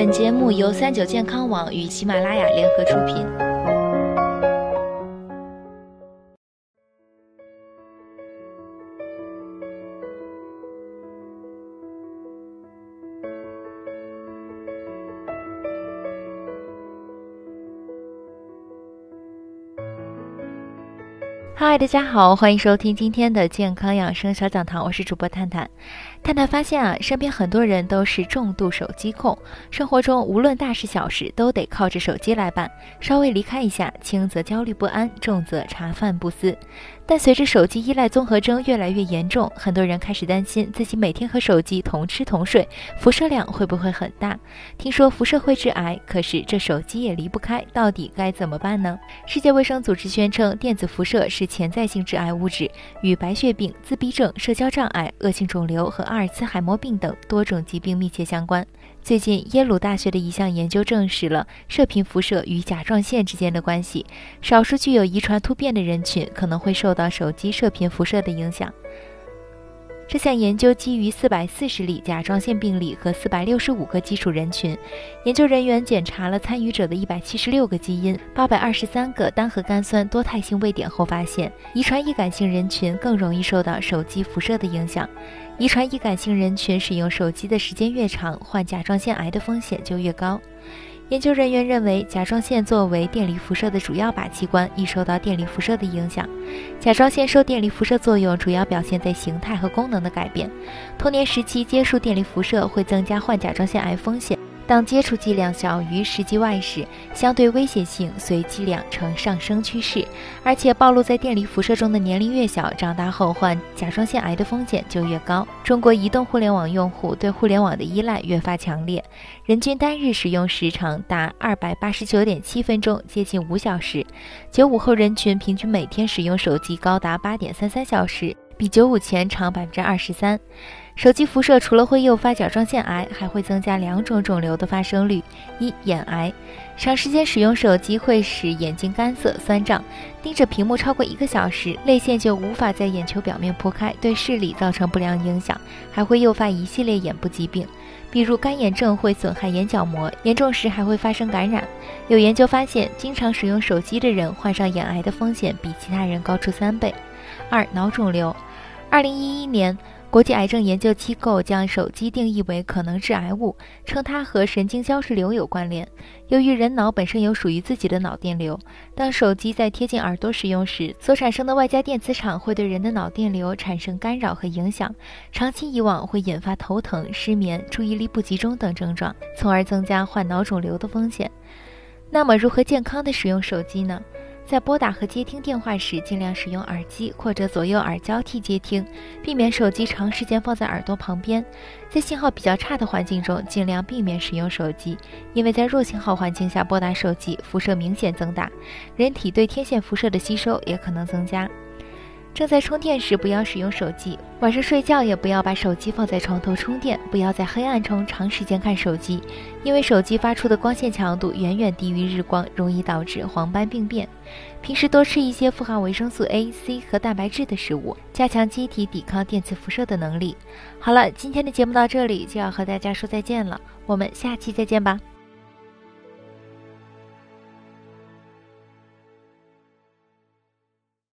本节目由39健康网与喜马拉雅联合出品。嗨，大家好，欢迎收听今天的健康养生小讲堂，我是主播探探。探探发现身边很多人都是重度手机控，生活中无论大事小事都得靠着手机来办，稍微离开一下，轻则焦虑不安，重则茶饭不思。但随着手机依赖综合征越来越严重，很多人开始担心自己每天和手机同吃同睡，辐射量会不会很大？听说辐射会致癌，可是这手机也离不开，到底该怎么办呢？世界卫生组织宣称，电子辐射是潜在性致癌物质，与白血病、自闭症、社交障碍、恶性肿瘤和阿尔茨海默病等多种疾病密切相关。最近，耶鲁大学的一项研究证实了射频辐射与甲状腺之间的关系，少数具有遗传突变的人群可能会受到手机射频辐射的影响。这项研究基于440例甲状腺病例和465个基础人群，研究人员检查了参与者的176个基因、823个单核苷酸多态性位点后发现，遗传易感性人群更容易受到手机辐射的影响。遗传易感性人群使用手机的时间越长，患甲状腺癌的风险就越高。研究人员认为，甲状腺作为电离辐射的主要靶器官，易受到电离辐射的影响。甲状腺受电离辐射作用主要表现在形态和功能的改变。童年时期接触电离辐射会增加患甲状腺癌风险。当接触剂量小于10剂外时，相对危险性随剂量呈上升趋势，而且暴露在电离辐射中的年龄越小，长大后患甲状腺癌的风险就越高。中国移动互联网用户对互联网的依赖越发强烈，人均单日使用时长达289.7分钟，接近5小时。95后人群平均每天使用手机高达8.33小时，比95前长23%。手机辐射除了会诱发甲状腺癌，还会增加2种肿瘤的发生率。一、眼癌。长时间使用手机会使眼睛干涩、酸胀，盯着屏幕超过1个小时，泪腺就无法在眼球表面铺开，对视力造成不良影响，还会诱发一系列眼部疾病，比如干眼症会损害眼角膜，严重时还会发生感染。有研究发现，经常使用手机的人患上眼癌的风险比其他人高出3倍。二、脑肿瘤。2011年，国际癌症研究机构将手机定义为可能致癌物，称它和神经胶质瘤有关联。由于人脑本身有属于自己的脑电流，当手机在贴近耳朵使用时，所产生的外加电磁场会对人的脑电流产生干扰和影响，长期以往会引发头疼、失眠、注意力不集中等症状，从而增加患脑肿瘤的风险。那么如何健康地使用手机呢？在拨打和接听电话时，尽量使用耳机或者左右耳交替接听，避免手机长时间放在耳朵旁边。在信号比较差的环境中，尽量避免使用手机，因为在弱信号环境下拨打手机，辐射明显增大，人体对天线辐射的吸收也可能增加。正在充电时不要使用手机，晚上睡觉也不要把手机放在床头充电，不要在黑暗中长时间看手机，因为手机发出的光线强度远远低于日光，容易导致黄斑病变。平时多吃一些富含维生素 A、C 和蛋白质的食物，加强机体抵抗电磁辐射的能力。好了，今天的节目到这里就要和大家说再见了，我们下期再见吧。